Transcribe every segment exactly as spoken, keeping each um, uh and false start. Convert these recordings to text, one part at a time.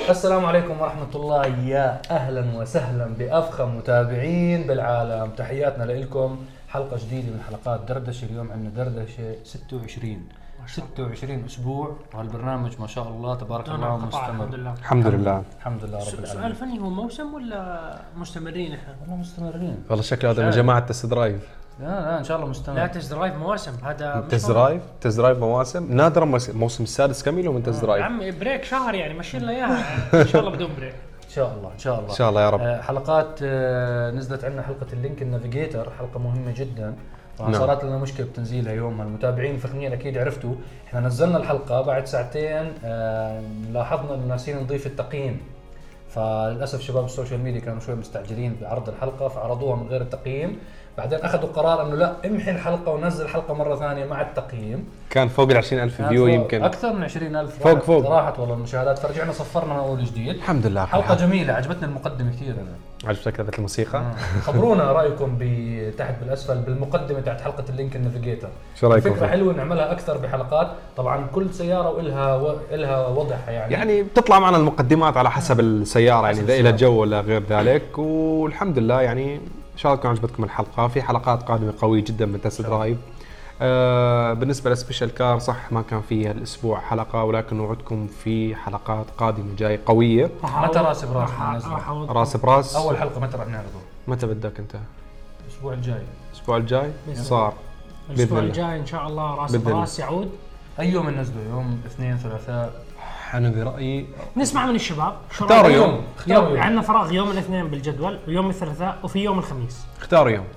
السلام عليكم ورحمة الله، يا أهلا وسهلا بأفخم متابعين بالعالم. تحياتنا لكم، حلقة جديدة من حلقات دردشة. اليوم عندنا دردشة ستة وعشرين ستة وعشرين أسبوع، وهالبرنامج ما شاء الله تبارك الله مستمر. الحمد لله الحمد لله الحمد لله رب العالمين. سؤال فني، هو موسم ولا مستمرين احنا؟ والله مستمرين والله شكله هذا من جماعة تست درايف. لا لا إن شاء الله مستمر. لا تست درايف مواسم، هذا تست درايف تست درايف مواسم نادرا. الموسم السادس كم له من تست يا درايف؟ عمي بريك شهر يعني، مشي لنا اياها ان شاء الله بدون بريك. إن شاء الله إن شاء الله ان شاء الله يا رب. آه حلقات آه نزلت عندنا حلقة اللينك النافيجيتر، حلقة مهمة جدا. طبعا نعم. صارت لنا مشكلة بتنزيلها يومها. المتابعين الفخمين أكيد عرفتوا، إحنا نزلنا الحلقة بعد ساعتين آه لاحظنا إنه ناسين نضيف التقييم، فللأسف شباب السوشيال ميديا كانوا شوي مستعجلين بعرض الحلقة فعرضوها من غير التقييم. بعدين أخذوا قرار إنه لا، امحي الحلقة ونزل الحلقة مرة ثانية مع التقييم. كان فوق ال عشرين ألف فيو يمكن أكثر من عشرين ألف فوق فوق راحت والله المشاهدات، فرجعنا صفرنا من أول جديد. الحمد لله. حلقة جميلة، عجبتني المقدمة كثير أنا. عجبتك كذبة الموسيقى؟ خبرونا رايكم تحت بالاسفل بالمقدمه تاعت حلقه اللينك النافيجيتر. شو رايكم فكره حلوه نعملها اكثر بحلقات. طبعا كل سياره والها و... الها وضعها يعني يعني بتطلع معنا المقدمات على حسب السياره، يعني اذا لها جو ولا غير ذلك. والحمد لله يعني ان شاء الله تكون عجبتكم الحلقه. في حلقات قادمه قويه جدا من تست درايف. آه بالنسبه لسبيشال كار صح ما كان فيها الاسبوع حلقه، ولكن نوعدكم في حلقات قادمه جايه قويه. متى راس براس راس براس اول حلقه متى رح نعرضه؟ متى بدك انت؟ الاسبوع الجاي. الاسبوع الجاي صار الاسبوع الجاي ان شاء الله راس براس يعود. اي يوم ننزله؟ يوم اثنين ثلاثاء؟ انا برايي نسمع من الشباب اختاروا يوم. اختاروا يوم. عندنا فراغ يوم الاثنين بالجدول، ويوم الثلاثاء، وفي يوم الخميس. اختاروا يوم.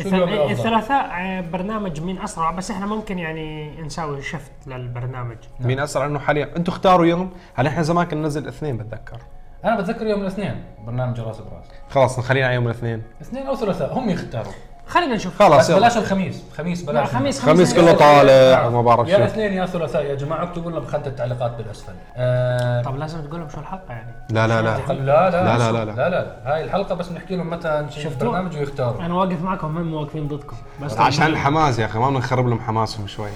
الثلاثاء برنامج مين اسرع، بس احنا ممكن يعني نسوي شفت للبرنامج. مين اسرع انه حاليا انتم اختاروا يوم. هل احنا زمان كنا ننزل اثنين بتذكر؟ انا بتذكر يوم الاثنين برنامج راس براس. خلاص نخلينا على يوم الاثنين. اثنين او ثلاثاء هم يختاروا. خلينا نشوف. خلاص بلاش الخميس. خميس بلاش. خميس خميس كله طالع وما بعرف شو. يا اثنين يا ثلاثاء يا جماعه. اكتبوا لنا بخانه التعليقات بالاسفل. أه طب لازم تقول لهم شو الحلقه يعني. لا لا لا لا لا لا لا لا, لا, لا, لا. هاي الحلقه بس بنحكي لهم متى نشوف البرنامج ويختاروا. انا واقف معكم، هم واقفين ضدكم بس عشان الحماس يا اخي، ما بدنا نخرب لهم حماسهم شوي.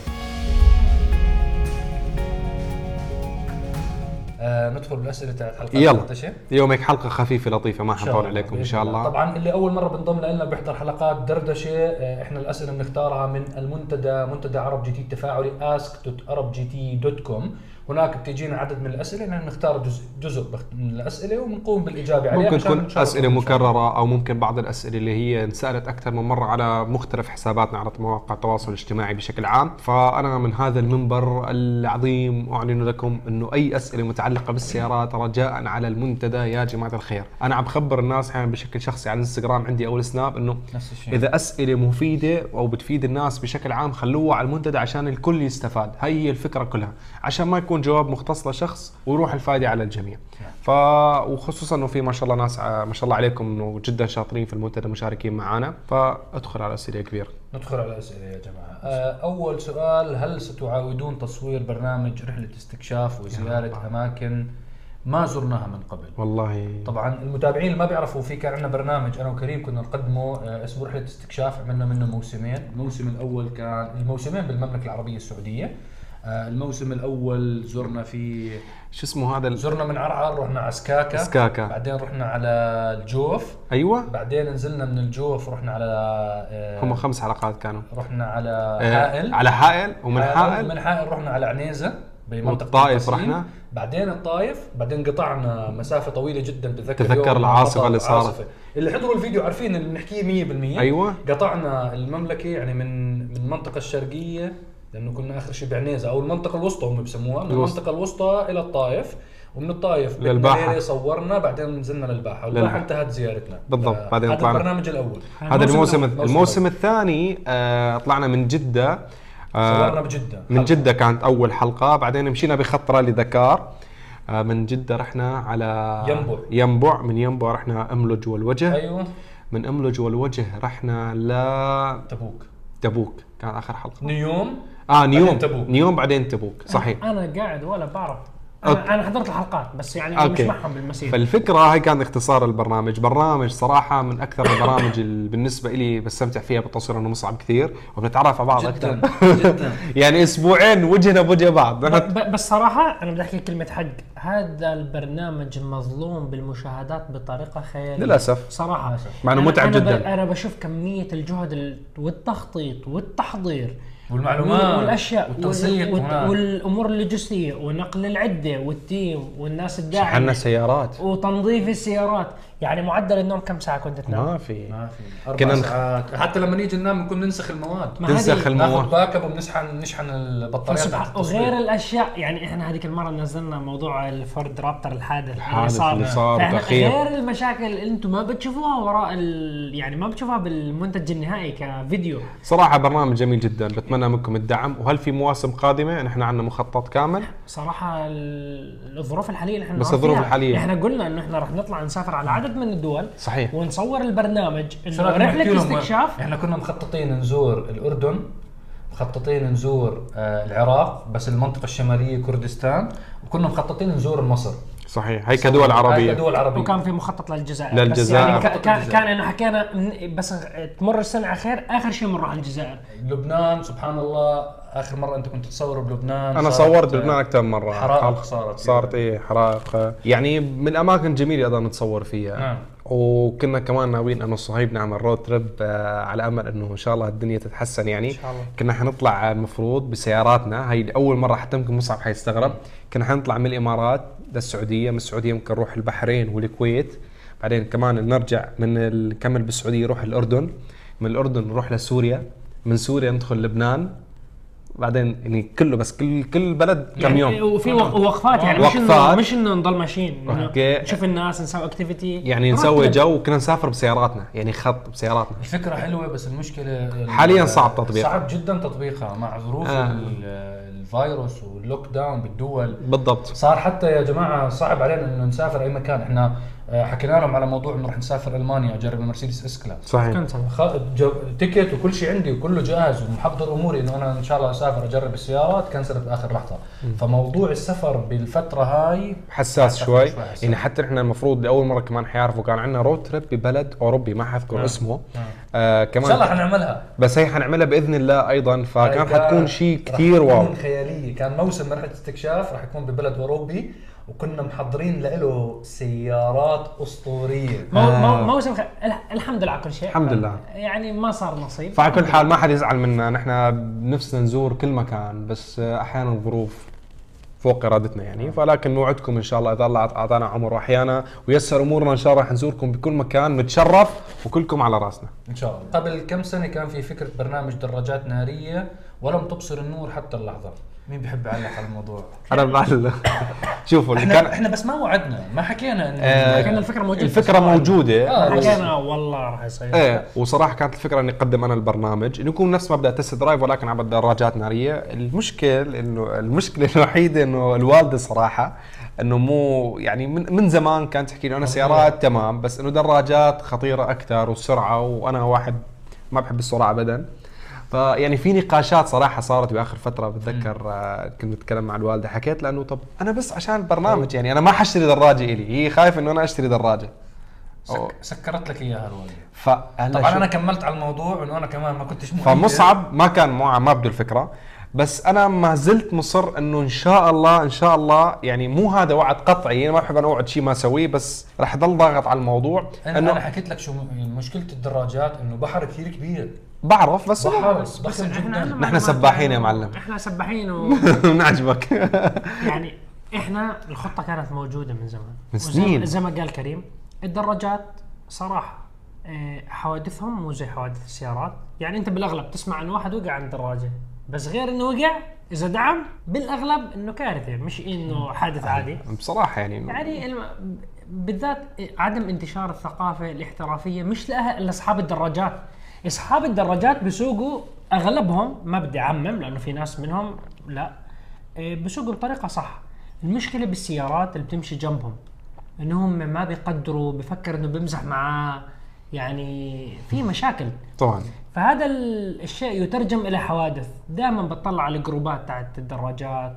آه ندخل بالاسئله تاعت حلقه يلا اليوم هيك حلقه خفيفه لطيفه ما حنطول عليكم ان شاء الله. طبعا اللي اول مره بنضم لنا بيحضر حلقات دردشه، آه احنا الاسئله بنختارها من المنتدى، منتدى عرب جي تي التفاعلي ask دوت arab جي تي دوت كوم. هناك بتجينا عدد من الاسئله، نحن نختار جزء جزء من الاسئله وبنقوم بالاجابه عليها. ممكن تكون اسئله مكرره، او ممكن بعض الاسئله اللي هي انسالت اكثر من مره على مختلف حساباتنا على مواقع التواصل الاجتماعي بشكل عام. فانا من هذا المنبر العظيم اعلن لكم انه اي اسئله متعلقه بالسيارات رجاء على المنتدى يا جماعه الخير. انا عم بخبر الناس احيانا بشكل شخصي على الانستغرام عندي او السناب انه اذا اسئله مفيده او بتفيد الناس بشكل عام خلوها على المنتدى عشان الكل يستفاد. هي هي الفكره كلها، عشان ما يكون جواب مختص لشخص ويروح الفائده على الجميع. ف وخصوصا انه في ما شاء الله ناس ما شاء الله عليكم انه جدا شاطرين في المنتدى مشاركين معنا. فادخل على اسئله كبير. ندخل على الاسئله يا جماعه. اول سؤال، هل ستعاودون تصوير برنامج رحله استكشاف وزياره اماكن ما زرناها من قبل؟ والله طبعا المتابعين اللي ما بيعرفوا، في كان عندنا برنامج انا وكريم كنا نقدمه اسمه رحله استكشاف، عملنا منه موسمين. الموسم الاول كان الموسمين بالمملكه العربيه السعوديه. الموسم الاول زرنا في شو اسمه هذا، زرنا من عرعر رحنا على سكاكا. سكاكا بعدين رحنا على الجوف. ايوه بعدين نزلنا من الجوف رحنا على آه هم خمس حلقات كانوا. رحنا على حائل. آه على حائل ومن حائل من حائل رحنا على عنيزه بمنطقه الطائف. رحنا بعدين الطائف، بعدين قطعنا مسافه طويله جدا. بتذكر تذكر العاصفه اللي صارت. اللي حضروا الفيديو عارفين اللي بنحكيه مية بالمية. ايوه قطعنا المملكه يعني من من المنطقه الشرقيه، لانه كنا اخر شيء بعنيزه او المنطقه الوسطى هم بسموها، من المنطقه الوسطى الى الطائف، ومن الطائف للباحه صورنا، بعدين نزلنا للباحه، والباحه انتهت زيارتنا بالضبط. بعدين طلعنا. هذا البرنامج الاول. هذا الموسم الموسم, الموسم الثاني آه طلعنا من جده. آه صورنا بجده. من جده كانت اول حلقه. بعدين مشينا بخطره لذكار. آه من جده رحنا على ينبع. ينبع من ينبع رحنا املج والوجه. ايوه من املج والوجه رحنا ل تبوك. تبوك كان اخر حلقه. نيوم اه نيوم تبوك. نيوم بعدين تبوك صحيح. انا قاعد ولا بعرف انا أنا حضرت الحلقات بس يعني أوكي. مش معهم بالمسير. فالفكره هاي كان اختصار البرنامج. برنامج صراحه من اكثر البرامج اللي بالنسبه لي بستمتع فيها بالتصوير، انه مصعب كثير وبنتعرف على بعض اكثر. جدا جدا. يعني اسبوعين وجهنا بوجه بعض. ب- ب- بس صراحه انا بدي احكي كلمه حق، هذا البرنامج مظلوم بالمشاهدات بطريقه خياليه للاسف، صراحه. مع إنه أنا- متعب أنا ب- جداً. انا بشوف كميه الجهد ال- والتخطيط والتحضير والمعلومات والاشياء والتنسيق وال- هناك. والامور اللوجستيه ونقل العده والتيم والناس شحنا الداعمه سيارات وتنظيف السيارات. يعني معدل النوم كم ساعه كنت تنام؟ ما في. ما في كنا اربع نخ- ساعات، حتى لما نيجي ننام بنكون ننسخ المواد، ما تنسخ هذه- المواد. ناخذ باك اب وبنشحن نشحن البطاريات فسبحان- تحت التصوير. وغير الاشياء. يعني احنا هذيك المره نزلنا موضوع الفورد رابتر الحادث الحادث اللي صار فإحنا وتأخير. غير المشاكل اللي انتم ما بتشوفوها وراء ال... يعني ما بتشوفوها بالمنتج النهائي كفيديو. صراحه برنامج جميل جدا، بتمنى منكم الدعم. وهل في مواسم قادمه؟ نحن عندنا مخطط كامل. صراحه ال- الظروف الحاليه اللي احنا بس نعرف الظروف فيها، الحالية. احنا قلنا انه احنا رح نطلع نسافر على عدد من الدول صحيح. ونصور البرنامج شو انه رايك نحكي رحله لهم؟ استكشاف. احنا كنا مخططين نزور الاردن، مخططين نزور آه العراق بس المنطقه الشماليه كردستان، وكنا مخططين نزور مصر. صحيح، هي كدول عربيه. هاي كدول عربيه. وكان في مخطط للجزائر. للجزائر. بس يعني مخطط كان للجزائر. كان انه حكينا من- بس تمر السنه على خير، اخر شيء بنروح على الجزائر. لبنان سبحان الله، اخر مره انت كنت تصور بلبنان انا صارت، صورت آه، بلبنان اكثر من مره. حرائق صارت صارت ايه حرائق، يعني من الاماكن الجميله ايضا نتصور فيها. نعم. وكنا كمان ناويين انه صهيب نعمل رود تريب آه، على امل انه ان شاء الله الدنيا تتحسن. يعني إن شاء الله. كنا حنطلع المفروض بسياراتنا، هي اول مره حتى يمكن مصعب حيستغرب. كنا حنطلع من الامارات للسعوديه، من السعوديه ممكن نروح البحرين والكويت، بعدين كمان نرجع من ال- نكمل بالسعوديه نروح الاردن، من الاردن نروح لسوريا، من سوريا ندخل لبنان، بعدين يعني كله بس كل كل بلد كم يعني يوم. وفي وق- وقفات، يعني مش انه وقفات. مش انه نضل ماشيين، إنه أوكي. نشوف الناس، نسوي اكتيفيتي، يعني نسوي جو. وكنا نسافر بسياراتنا، يعني خط بسياراتنا. الفكره حلوه بس المشكله ال- حالياً صعب تطبيقها. صعب جدا تطبيقها مع ظروف آه. ال- الفيروس واللوك داون بالدول. بالضبط. صار حتى يا جماعه صعب علينا انه نسافر اي مكان. احنا آه، حكينا لهم على موضوع انه رح نسافر المانيا اجرب المرسيدس اس كلاس، صحيح. كنسل. خ- جو- تيكت وكل شيء عندي وكله جاهز ومحضر اموري انه انا ان شاء الله اسافر اجرب السيارات، كنسلت باخر لحظه. فموضوع السفر بالفتره هاي حساس حساس شوي. شوي حساس. يعني حتى احنا المفروض لاول مره كمان حيعرفوا كان عندنا رود تريب ببلد اوروبي ما حذكر نعم. اسمه. نعم. آه ان شاء الله كمان حنعملها. بس هي حنعملها باذن الله ايضا، فكان هاي حتكون شيء رح كثير تكون واو. خياليه. كان موسم رحله استكشاف رح يكون ببلد اوروبي، وكنا محضرين له سيارات اسطوريه. مو آه. مو موسم خ... الح- الحمد لله على كل شيء. الحمد لله. يعني ما صار نصيب. فعلى كل حال ما حد يزعل منا، نحن بنفسنا نزور كل مكان بس آه، احيانا الظروف فوق ارادتنا يعني. فلكن نوعدكم ان شاء الله اذا الله اعطانا عمر واحيانا ويسر امورنا ان شاء الله رح نزوركم بكل مكان، نتشرف وكلكم على راسنا. ان شاء الله. قبل كم سنه كان في فكره برنامج دراجات ناريه ولم تبصر النور حتى اللحظه. مين بيحب يعلق على الموضوع؟ انا بعد شوفوا اللي احنا كان احنا بس ما وعدنا، ما حكينا انه آه، كان الفكره موجوده. الفكره موجوده. آه، بس- حكينا والله راح يصير. ايه، وصراحه كانت الفكره اني اقدم انا البرنامج انه يكون نفس مبدا تست درايف ولكن على دراجات ناريه. المشكل انه المشكله الوحيده انه الوالده صراحه انه مو يعني من, من زمان كانت تحكي لي انا سيارات تمام بس انه دراجات خطيره اكثر والسرعه، وانا واحد ما بحب السرعه ابدا. فيعني في نقاشات صراحه صارت باخر فتره. بتذكر آه، كنت بتكلم مع الوالده، حكيت لانه طب انا بس عشان البرنامج يعني انا ما حاشتري دراجه الي، هي خايفه انه انا اشتري دراجه. سك... سكرت لك اياها الوالده. فهلا طبعا شو- انا كملت على الموضوع انه انا كمان ما كنتش مؤيد. فمصعب ما كان معه ما بده الفكره، بس انا ما زلت مصر انه ان شاء الله ان شاء الله يعني مو هذا وعد قطعي، انا ما بحب انا اوعد شيء ما اسويه، بس رح ضل ضاغط على الموضوع. انا انا انه حكيت لك شو م- مشكله الدراجات، انه بحر كثير كبير. بعرف بس بحر إنه بس ضخم إحنا جدا. عندنا نحن معلومات سباحين يا يعني، معلم. احنا سباحين و... نعجبك. يعني احنا الخطه كانت موجوده من زمان، من وزي- سنين. زي ما قال كريم، الدراجات صراحه آه، حوادثهم مو زي حوادث السيارات. يعني انت بالاغلب تسمع ان واحد وقع عن دراجه، بس غير انه وقع اذا دعم بالاغلب انه كارثه مش انه حادث عادي. بصراحه يعني إنه يعني الم- بالذات عدم انتشار الثقافه الاحترافيه مش لها الا اصحاب الدراجات. اصحاب الدراجات بيسوقوا اغلبهم، ما بدي اعمم لانه في ناس منهم لا، إيه، بيسوقوا بطريقه صح. المشكله بالسيارات اللي بتمشي جنبهم انهم ما بيقدروا، بفكر انه بمزح معاه. يعني في مشاكل. طبعا. فهذا الشيء يترجم الى حوادث. دائما بتطلع على الجروبات تاعت الدراجات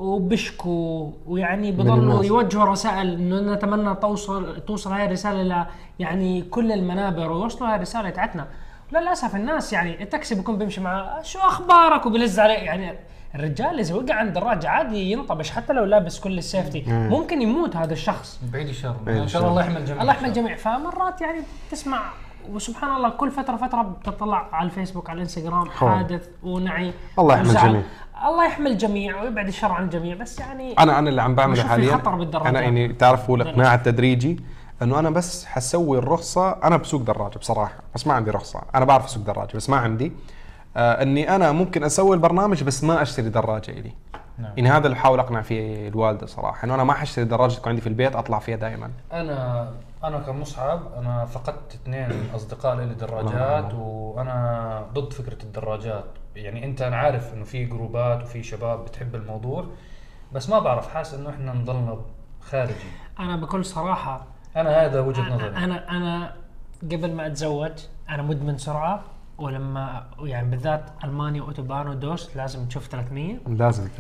وبشكوا ويعني بضلوا يوجهوا رسائل انه نتمنى توصل توصل هاي الرساله ل يعني كل المنابر ويوصلوا هاي الرساله تاعتنا. للاسف الناس يعني التاكسي بيكون بيمشي معاه شو اخبارك وبلز عليه. يعني الرجال اذا وقع عند دراجة عادي ينطبش حتى لو لابس كل السيفتي، ممكن يموت هذا الشخص. بعيد الشر ان شاء الله، الله يحمل الجميع الله يحمل الجميع. فمرات يعني تسمع وسبحان الله كل فتره فتره بتطلع على الفيسبوك على الانستغرام حادث ونعي. الله يحمل الجميع، الله يحمل الجميع ويبعد الشر عن الجميع. بس يعني انا انا اللي عم بعمله حاليا انا يعني تعرفوا الاقناع التدريجي انه انا بس حسوي الرخصه. انا بسوق دراجه بصراحه بس ما عندي رخصه، انا بعرف اسوق دراجه بس ما عندي. آه اني انا ممكن اسوي البرنامج بس ما اشتري دراجه الي. نعم. يعني هذا اللي بحاول اقنع فيه الوالده صراحه، انه انا ما حاشتري دراجه تكون عندي في البيت اطلع فيها دائما. انا انا كمصعب انا فقدت اثنين اصدقاء لي دراجات، وانا ضد فكره الدراجات. يعني انت انا عارف انه في جروبات وفي شباب بتحب الموضوع، بس ما بعرف، حاسس انه احنا نضلنا خارجي. انا بكل صراحه انا هذا وجهه نظري. انا انا قبل ما اتزوج انا مدمن سرعه، ولما يعني بالذات المانيا اوتوبان ودوست لازم تشوف ثلاثمية لازم.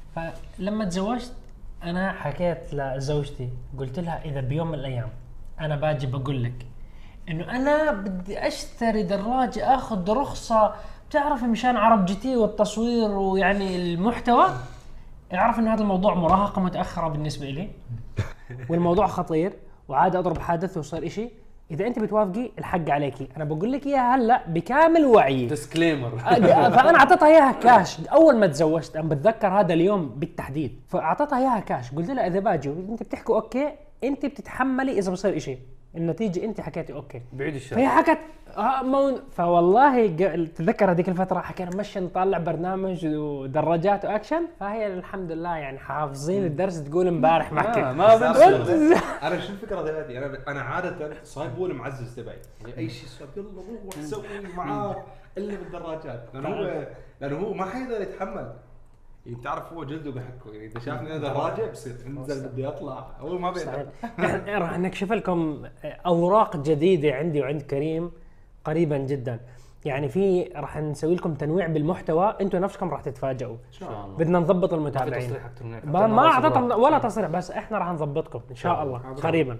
فلما تزوجت انا حكيت لزوجتي قلت لها اذا بيوم من الايام انا باجي بقول لك انه انا بدي اشتري دراجه اخذ رخصه بتعرف مشان عرب جي تي والتصوير ويعني المحتوى، اعرف ان هذا الموضوع مراهقه متاخره بالنسبه لي والموضوع خطير وعاد اضرب حادث وصير إشي. اذا انت بتوافقي الحق عليكي، انا بقول لك اياها هلا بكامل وعي ديسكليمر. فانا اعطيتها اياها كاش اول ما تزوجت، انا بتذكر هذا اليوم بالتحديد. فاعطيتها اياها كاش قلت لها اذا باجي انت بتحكوا اوكي انت بتتحملي اذا بصير إشي، النتيجه انت حكيتي اوكي بعيد الشر. فهي حكت آه مون. فوالله تتذكر هذيك الفتره حكينا مشي نطلع برنامج ودراجات واكشن، فهي الحمد لله يعني حافظين الدرس. تقول امبارح معك ما, ما بنسى. انا شو الفكره دلوقتي، انا انا عاده صايب هو المعزز تبعي، يعني اي شيء صار يلا روح سوي معاه الا بالدراجات، لانه هو لانه هو ما حيقدر يتحمل. يعني بتعرف هو جلده بحكه، يعني اذا شافني انا دراجه بصير انزل بدي اطلع هو ما بيقدر. راح نكشف لكم اوراق جديده عندي وعند كريم قريبا جدا. يعني في راح نسوي لكم تنويع بالمحتوى، انتم نفسكم راح تتفاجئوا ان شاء الله. بدنا نضبط المتابعين، ما اعطيتهم ولا تصريح بس احنا راح نضبطكم ان شاء الله قريبا.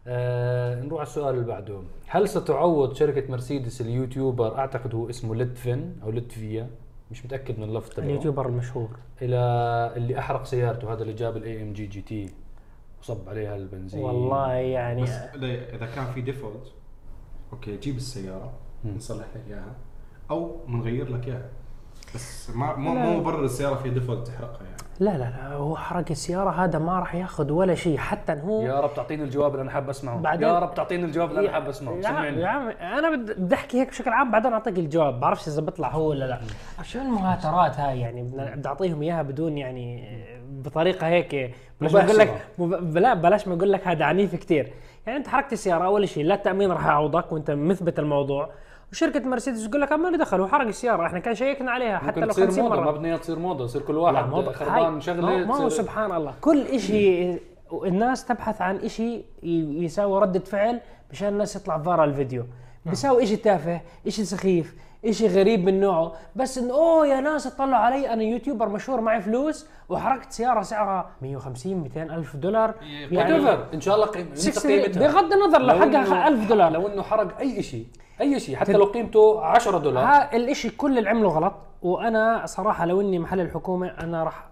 آه نروح على السؤال اللي بعده. هل ستعوض شركه مرسيدس اليوتيوبر اعتقد هو اسمه لتفن او لتفيا مش متاكد من اللفظ تبعه، اليوتيوبر المشهور، الى اللي احرق سيارته، هذا اللي جاب الاي ام جي جي تي وصب عليها البنزين؟ والله يعني اذا كان في ديفولت اوكي جيب السياره نصلح لك اياها او بنغير لك اياها، بس ما مو مو مبرر السياره في ديفولت تحرقها يعني. لا لا لا هو حرق السياره هذا ما راح ياخذ ولا شيء حتى هو. يا رب تعطيني الجواب اللي انا حاب اسمعه، يا رب تعطيني الجواب اللي انا حاب اسمعه. سمعني يا عم انا بدي احكي هيك بشكل عام بعدين اعطيك الجواب، بعرفش اذا بيطلع هو ولا لا. شو المهاترات هاي يعني بدي اعطيهم اياها بدون يعني بطريقه هيك بلاش ما اقول لك لا بلاش ما اقول لك هذا عنيف كثير. يعني انت حركت السياره اول شيء لا التامين راح يعوضك وانت مثبت الموضوع، وشركه مرسيدس تقول لك ما له دخل وحرق السياره احنا كان شيكنا عليها حتى لو خمسين مره. ما بدنا تصير موضه، يصير كل واحد خربان شغله. ما هو سبحان الله كل شيء الناس تبحث عن شيء يساوي ردة فعل مشان الناس يطلع فارا الفيديو، بيساوي شيء تافه شيء سخيف شيء غريب من نوعه، بس انه اوه يا ناس اطلعوا علي انا يوتيوبر مشهور معي فلوس وحركت سياره سعرها مية وخمسين مئتين الف دولار يعني ان شاء الله قيمتها بغض النظر لو حقها ألف دولار، لو انه حرق اي شيء اي شيء حتى لو قيمته عشرة دولار ها الاشي كل اللي عمله غلط. وانا صراحه لو اني محل الحكومه انا راح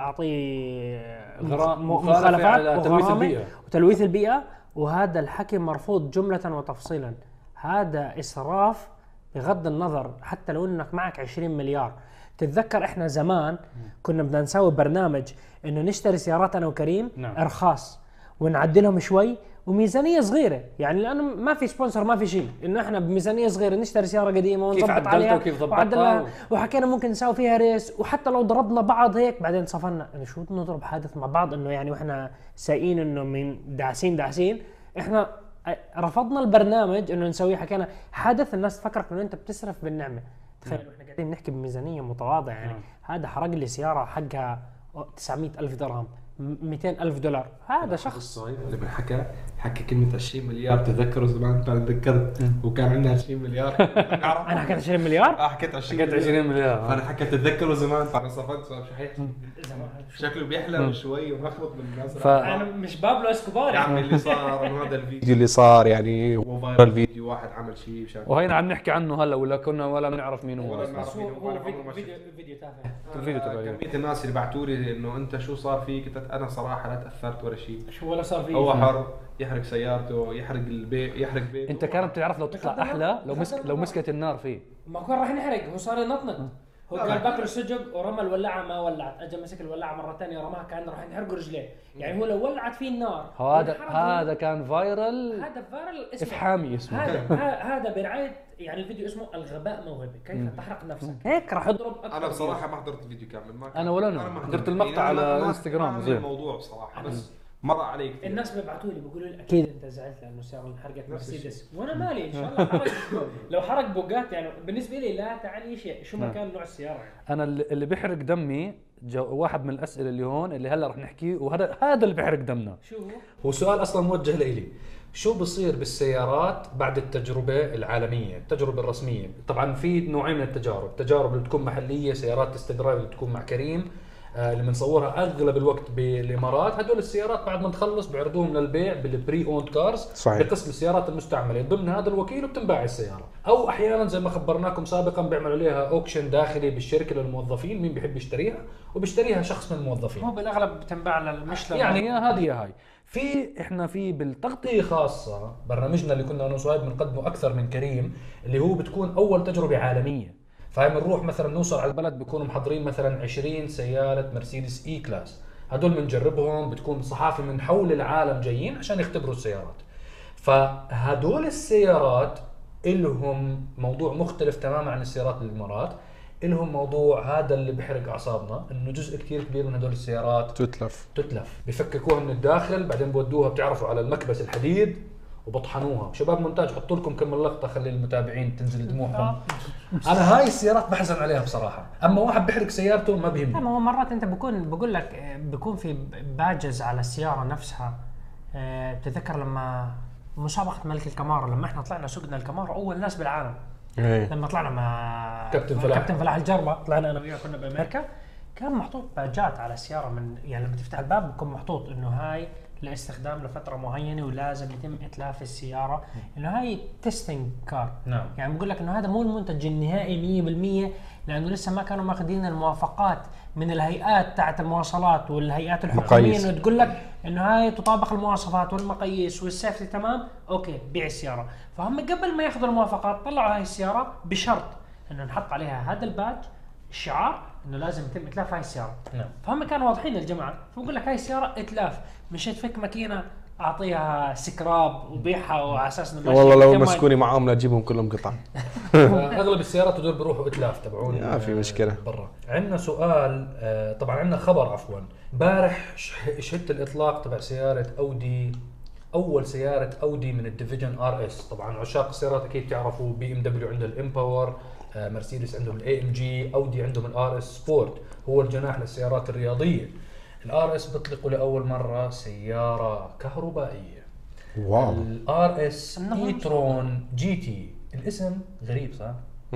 اعطيه مخالفات تلويث البيئه وتلويث البيئه، وهذا الحكي مرفوض جمله وتفصيلا. هذا اسراف بغض النظر حتى لو انك معك عشرين مليار. تتذكر احنا زمان كنا بدنا نسوي برنامج انه نشتري سيارات انا وكريم نعم. ارخاص ونعدلهم شوي وميزانيه صغيره، يعني لانه ما في سبونسر ما في شيء، انه احنا بميزانيه صغيره نشتري سياره قديمه ونضبط عليها وكيف ضبطها وحكينا ممكن نسوي فيها ريس، وحتى لو ضربنا بعض هيك بعدين صفنا انه شو نضرب حادث مع بعض انه يعني واحنا سايقين انه من داعسين داعسين. احنا رفضنا البرنامج انه نسويه، حكينا حدث الناس تفكرك انه انت بتسرف بالنعمه. تخيل احنا قاعدين نحكي بميزانيه متواضعه يعني. نعم. هذا حرق لي سياره حقها تسعمئة ألف درهم مئتين ألف دولار. هذا شخص الصهيب لما حكى حكى كلمة عشرين مليار تذكروا زمان أنا تذكرت وكان عندنا عشرين مليار. انا حكيت عشرين مليار. اه حكيت عشرين حكيت عشرين مليار. فأنا حكيت تذكروا زمان فأنا صفقت شو حيحكي شكله بيحلم شوي ومخبط بالناس. ف... انا مش بابلو اسكوبار يا عمي اللي صار هذا الفيديو اللي صار يعني هو فايرال فيديو واحد عمل شيء مشان وهينا عم نحكي عنه هلا ولا كنا ولا بنعرف مين هو ولا أصلاً. بنعرف مين هو. هو فيديو فيديو تافه. الفيديو تبعي. كمية الناس اللي بعثوا لي انه انت شو صار فيك قلت انا صراحة لا تأثرت ولا شيء. شو ولا صار فيه؟ هو حر يحرق سيارته يحرق البيت يحرق بيته. انت كانت بتعرف لو تطلع احلى لو مسك لو مسكت النار فيه. ما كان راح ينحرق، هو صار ينطنط. هو كان باكل السجق ورمى الولاعه ما ولعت، اجى مسك الولاعه مره ثانيه ورماها كان راح ينحرقوا رجليه. يعني هو لو ولعت فيه النار هذا هذا كان فايرال. هذا فايرال اسمه افحامي اسمه. هذا هذا برعاية يعني الفيديو اسمه الغباء موهبه، كيف تحرق نفسك. هيك راح يضرب اكثر. انا بصراحة ما حضرت الفيديو كامل ما انا ولا انا حضرت المقطع على انستغرام زين زين. الموضوع بصراحة بس مر علي كثير. الناس بيبعثوا لي بيقولوا لي اكيد انت زعلت لانه السياره انحرقت مرسيدس، وانا مالي ان شاء الله حرق. لو حرق بوجات يعني بالنسبه لي لا تعني شيء، شو ما كان نوع السياره يعني. انا اللي بيحرق دمي جو واحد من الاسئله اللي هون اللي هلا رح نحكيه وهذا هذا اللي بيحرق دمنا. شو هو؟ هو سؤال اصلا موجه لإلي. شو بصير بالسيارات بعد التجربه العالميه، التجربه الرسميه؟ طبعا في نوعين من التجارب، تجارب اللي تكون محليه، سيارات استدراج اللي تكون مع كريم آه اللي بنصورها اغلب الوقت بالامارات. هدول السيارات بعد ما تخلص بيعرضوهم للبيع بالبري اوند كارز صحيح. بقسم السيارات المستعمله ضمن هذا الوكيل وبتنباع السياره. او احيانا زي ما خبرناكم سابقا بيعملوا عليها اوكشن داخلي بالشركه للموظفين، مين بيحب يشتريها وبيشتريها شخص من الموظفين. هو بالاغلب بتنباع للمش يعني يا هذه يا هاي. في احنا في بالتغطيه خاصه برنامجنا اللي كنا انا وصهيب بنقدمه اكثر من كريم اللي هو بتكون اول تجربه عالميه. فهي بنروح مثلا نوصل على البلد بيكونوا محضرين مثلا عشرين سياره مرسيدس اي كلاس، هدول بنجربهم، بتكون صحافه من حول العالم جايين عشان يختبروا السيارات. فهدول السيارات إلهم موضوع مختلف تماما عن السيارات الامارات. إلهم موضوع هذا اللي بيحرق اعصابنا، انه جزء كثير كبير من هدول السيارات تتلف تتلف بفككوها من الداخل، بعدين بودوها بتعرفوا على المكبس الحديد وبطحنوها. شباب مونتاج حطوا لكم كم لقطه خلي المتابعين تنزل دموعهم. انا هاي السيارات بحزن عليها بصراحه، اما واحد بيحرق سيارته ما بيهمني. اما هو مرات انت بكون بقول لك بكون في باجز على السياره نفسها. أه بتذكر لما مسابقه ملك الكامارو لما احنا طلعنا سوقنا الكامارو اول ناس بالعالم. ايه. لما طلعنا مع كابتن فلاح كابتن فلاح الجربه، طلعنا انا وياه كنا بامريكا، كان محطوط باجات على السياره من يعني لما تفتح الباب بكون محطوط انه هاي لاستخدام لفتره معينه ولازم يتم اتلاف السياره، انه هاي تيستينج كار. نعم. يعني بقول لك انه هذا مو المنتج النهائي مية بالمية لانه لسه ما كانوا ماخذين الموافقات من الهيئات تاعت المواصلات والهيئات الحكوميه انه تقول لك انه هاي تطابق المواصفات والمقاييس والسيفتي تمام، اوكي بيع السياره. فهم قبل ما ياخذوا الموافقات طلعوا هاي السياره بشرط انه نحط عليها هذا الباج الشعار انه لازم يتم اتلاف هاي السياره. نعم. فهم كانوا واضحين الجماعه، فبقول لك هاي السياره اتلاف، مش تفك ماكينه اعطيها سكراب وبيعها وعلى اساس انه والله لو مسكوني معاهم لاجيبهم كلهم قطع. اغلب السيارات هدول بيروحوا اتلاف تبعون. ما في مشكله. برا عندنا سؤال طبعا عندنا خبر عفوا امبارح شهدت الاطلاق تبع سياره اودي، اول سياره اودي من الديفيجن ار اس. طبعا عشاق السيارات اكيد تعرفوا بي ام دبليو عنده الامباور، مرسيدس عندهم الاي ام جي، اودي عندهم الار اس سبورت هو الجناح للسيارات الرياضيه. الار اس بيطلقوا لاول مره سياره كهربائيه. واو. الار اس اي ترون جي تي، الاسم غريب صح؟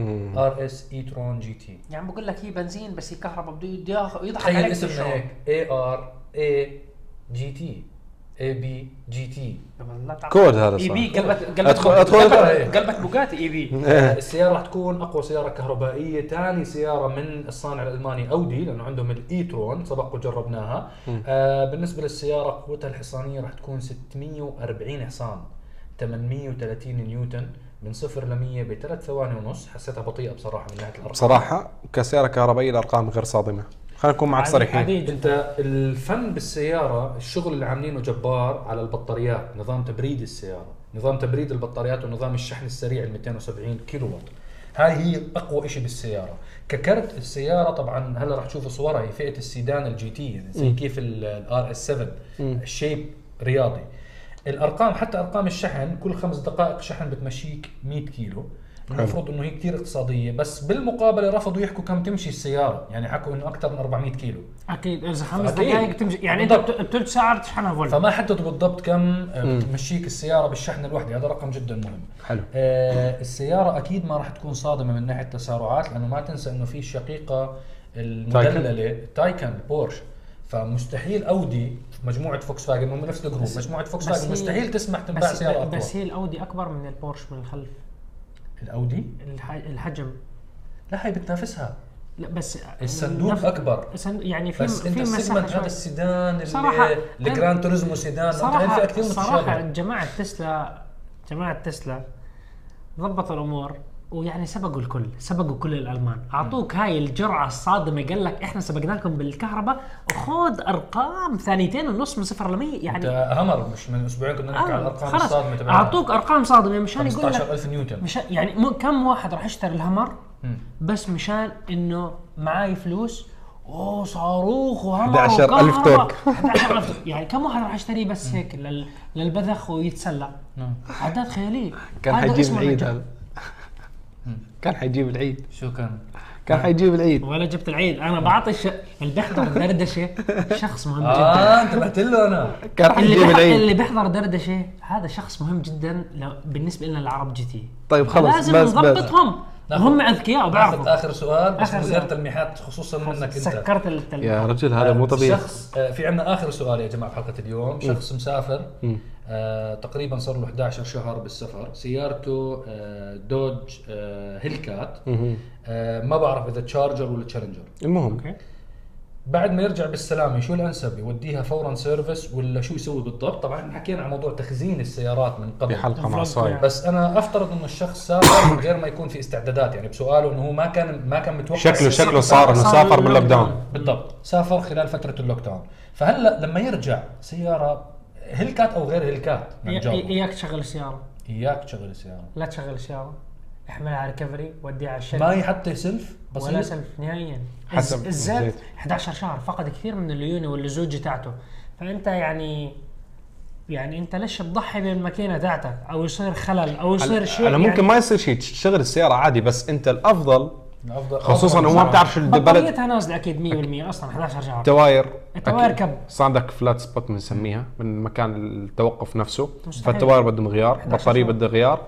ار اس اي ترون جي تي، يعني بقول لك هي بنزين بس هي كهرباء بده يضحك عليك. عليك اسمها هيك اي ار اي جي تي، اي بي جي تي كود هذا صح. اي بي قلبت قلبت ادخل ادخل قلبت بوجاتي اي بي. السياره راح تكون اقوى سياره كهربائيه، ثاني سياره من الصانع الالماني اودي لانه عندهم الاي ترون سبق وجربناها. آه بالنسبه للسياره قوتها الحصانيه راح تكون ستمية وأربعين حصان، ثمانمية وثلاثين نيوتن، من صفر ل مية بثلاث ثواني ونص. حسيتها بطيئه بصراحه من ناحيه الارقام. بصراحه كسياره كهربائيه الارقام غير صادمه، خلينا نكون معك صريحين. انت الفن بالسياره الشغل اللي عاملينه جبار على البطاريات، نظام تبريد السياره، نظام تبريد البطاريات ونظام الشحن السريع ال مئتين وسبعين كيلو وات. هاي هي اقوى شيء بالسياره. ككرت السياره طبعا هلا راح تشوفوا صورها، هي فئه السيدان الجي تي يعني زي كيف الار اس سبعة، الشيب رياضي. الارقام حتى ارقام الشحن كل خمس دقائق شحن بتمشيك مية كيلو. المفروض انه هي كثير اقتصاديه، بس بالمقابله رفضوا يحكوا كم تمشي السياره، يعني حكوا انه اكثر من أربعمية كيلو. اكيد اذا خمس أكيد. دقائق تمشي يعني انت بالضبط. بت- بثلث ساعه تشحنها فول. فما حددوا بالضبط كم بتمشيك السياره بالشحنه الواحده، هذا رقم جدا مهم. حلو. آه السياره اكيد ما راح تكون صادمه من ناحيه التسارعات، لانه ما تنسى انه في الشقيقه المدلله تايكن بورش، فمستحيل اودي مجموعه فوكس فاجن هم نفس الجروب، مجموعه فوكس بس فاجن هي- مستحيل تسمح تنباع بس سياره اقوى. بس هي الاودي اكبر من البورش من الخلف. الاودي الح- الحجم لا هي بتنافسها، لا بس الصندوق نف- اكبر. الصندوق يعني في بس في انت مساحه السيجمنت هذا شوي. السيدان صراحة اللي الجراند توريزمو سيدان، صراحه انت فئه كثير صراحه متشابهه. جماعه تسلا جماعه تسلا ضبطوا الامور ويعني سبقوا الكل، سبقوا كل الالمان، اعطوك هاي الجرعه الصادمه، قال لك احنا سبقناكم بالكهرباء وخذ ارقام ثانيتين ونص من صفر ل مية يعني. انت همر مش من اسبوعين كنا نحكي آه على الارقام خلاص الصادمه تبعها. اعطوك ارقام صادمه مشان يقول خمسة عشر لك ألف نيوتن. مش يعني مو كم واحد راح يشتري الهمر مم. بس مشان انه معاي فلوس اوه صاروخ وهمر إحدى عشر ألف وكهرباء. توك. إحدى عشر ألف توك. يعني كم واحد راح يشتري بس هيك لل... للبذخ ويتسلى؟ نعم. اعداد خياليه. كان هذا حيجيب اسمه العيد نجاح. هذا. كان حيجيب العيد. شو كان؟ كان حيجيب العيد. ولا جبت العيد. انا بعطي الش... اللي بيحضر دردشه شخص مهم جدا. اه انتبهت له انا. كان اللي حيجيب بيحضر العيد. اللي بيحضر دردشه هذا شخص مهم جدا لو... بالنسبه لنا العرب جي تي. طيب خلص لازم بس بس نضبطهم وهم اذكياء ناخذ وبيعرفوا. اخر سؤال بس آخر من غير سؤال. تلميحات خصوصا منك انت. سكرت التلميح. يا رجل هذا مو طبيعي. شخص آه، في عندنا اخر سؤال يا جماعه بحلقه اليوم. شخص مسافر آه، تقريبا صار له إحدى عشر شهر بالسفر، سيارته آه، دوج آه، هيلكات، آه، ما بعرف اذا تشارجر ولا تشالنجر. المهم اوكي. بعد ما يرجع بالسلامه شو الانسب، يوديها فورا سيرفيس ولا شو يسوي بالضبط؟ طبعا احنا حكينا عن موضوع تخزين السيارات من قبل بحلقه مع فلوج صاير. يعني. بس انا افترض انه الشخص سافر من غير ما يكون في استعدادات، يعني بسؤاله انه هو ما كان ما كان متوقع. شكله السيارة شكله صار انه صار سافر اللوك باللوك داون. داون. بالضبط، سافر خلال فتره اللوك داون. فهلا لما يرجع سياره هيلكات او غير هيلكات إي- نجاوب. اياك تشغل السياره، اياك تشغل السياره، لا تشغل السياره، احملها على ريكفري وديها على الشركه. ما هي حتى سلف ولا بسيط. سلف نهائيا. حسب الز- الزيت الزيت. إحدى عشر شهر فقد كثير من الليونه واللزوج تاعته، فانت يعني يعني انت ليش تضحي بالماكينه تاعتك او يصير خلل او يصير شيء؟ انا ممكن يعني ما يصير شيء تشتغل السياره عادي، بس انت الافضل الأفضل- خصوصا أفضل انه ما بصراحة. بتعرف شو البلد. بطاريتها نازله اكيد مية بالمية اصلا إحدى عشر شهر. التواير التواير أكيد. كب. صار عندك فلات سبوت بنسميها من مكان التوقف نفسه، مستحيل. فالتواير بدهم غيار، إحدى عشر بطاريه شهر. بدها غيار،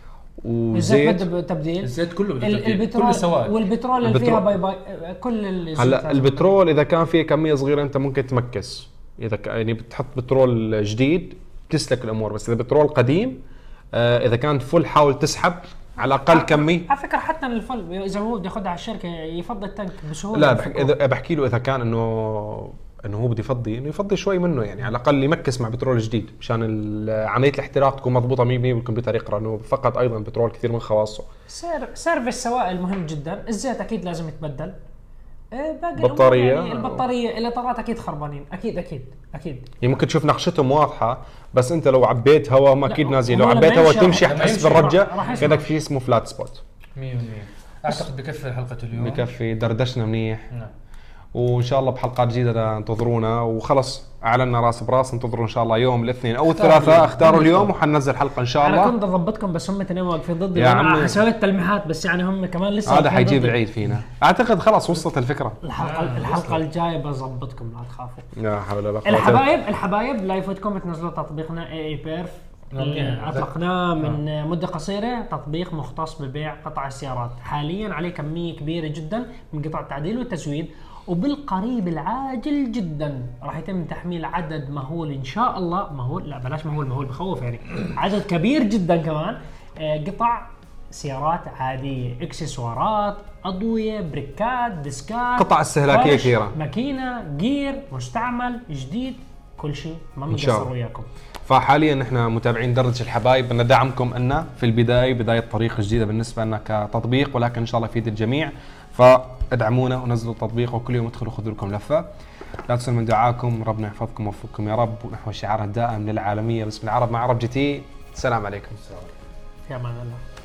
الزيت وزيت. بده تبديل. الزيت كله بده ال- تبديل. كل البترول السوائل. والبترول اللي فيها باي البترول. باي كل الزيوت هلا لازم البترول اذا كان فيه كميه صغيره انت ممكن تمكس، اذا ك... يعني بتحط بترول جديد تسلك الامور، بس اذا بترول قديم آه اذا كان فل حاول تسحب على اقل كميه. على فكره حتى الفل اذا هو بده ياخذها على الشركه يفضل التانك بسهوله. لا بحكي اذا بحكي له اذا كان انه انه هو بده يفضي انه يفضي شوي منه، يعني على الاقل يمكس مع بترول جديد مشان ال- عمليه الاحتراق تكون مضبوطه مية بالمية بالكمبيوتر يقرا انه فقط ايضا بترول كثير من خواصه. سير سيرفيس سوائل مهم جدا، الزيت اكيد لازم يتبدل. إيه باقي الأمور بطارية. يعني البطاريه الاطارات اكيد خربانين، اكيد اكيد اكيد. يعني ممكن تشوف نقشتهم واضحه، بس انت لو عبيت هواء هم لا، اكيد نازل، لو هو لما عبيت هواء يمشي تمشي راح- حتحس لما يمشي بالرجه راح- راح يسمع. كانك في اسمه فلات سبوت. مية بالمية. اعتقد بكفي حلقه اليوم. بكفي دردشنا منيح، نعم. وان شاء الله بحلقات جديده انتظرونا، وخلص اعلنا راس براس، انتظروا ان شاء الله يوم الاثنين او الثلاثاء، اختاروا اليوم وحننزل حلقه ان شاء انا الله. كنت اضبطكم بس هم تنين واقفين ضدي، يا وانا عمي. سويت تلميحات بس يعني هم كمان لسه هذا واقفين حيجيب ضدي. العيد فينا، اعتقد خلاص وصلت الفكره. الحلقه الحلقه الجايه بظبطكم لا تخافوا. لا حول ولا قوه. الحبايب الحبايب لا يفوتكم تنزلوا تطبيقنا اي اي بيرف اللي نعم. اطلقناه من مده قصيره، تطبيق مختص ببيع قطع السيارات، حاليا عليه كميه كبيره جدا من قطع التعديل والتزويد، وبالقريب العاجل جدا راح يتم تحميل عدد مهول ان شاء الله، مهول لا بلاش مهول مهول بخوف يعني عدد كبير جدا كمان، آه، قطع سيارات عاديه، اكسسوارات، اضويه، بريكات، ديسكات، قطع استهلاكية فرش، كثيرة. ماكينه، جير، مستعمل، جديد، كل شيء ما إن شاء بنقصر الله. وياكم. فحاليا نحن متابعين دردش الحبايب، بدنا دعمكم لنا في البدايه، بدايه طريق جديده بالنسبه لنا كتطبيق، ولكن ان شاء الله يفيد الجميع، فادعمونا ونزلوا التطبيق وكل يوم ادخلوا خذوا لكم لفه. لا تنسوا من دعاكم، ربنا يحفظكم ويوفقكم يا رب، ونحو شعارها الدائم للعالميه باسم العرب مع عرب جي تي. السلام عليكم. في امان الله.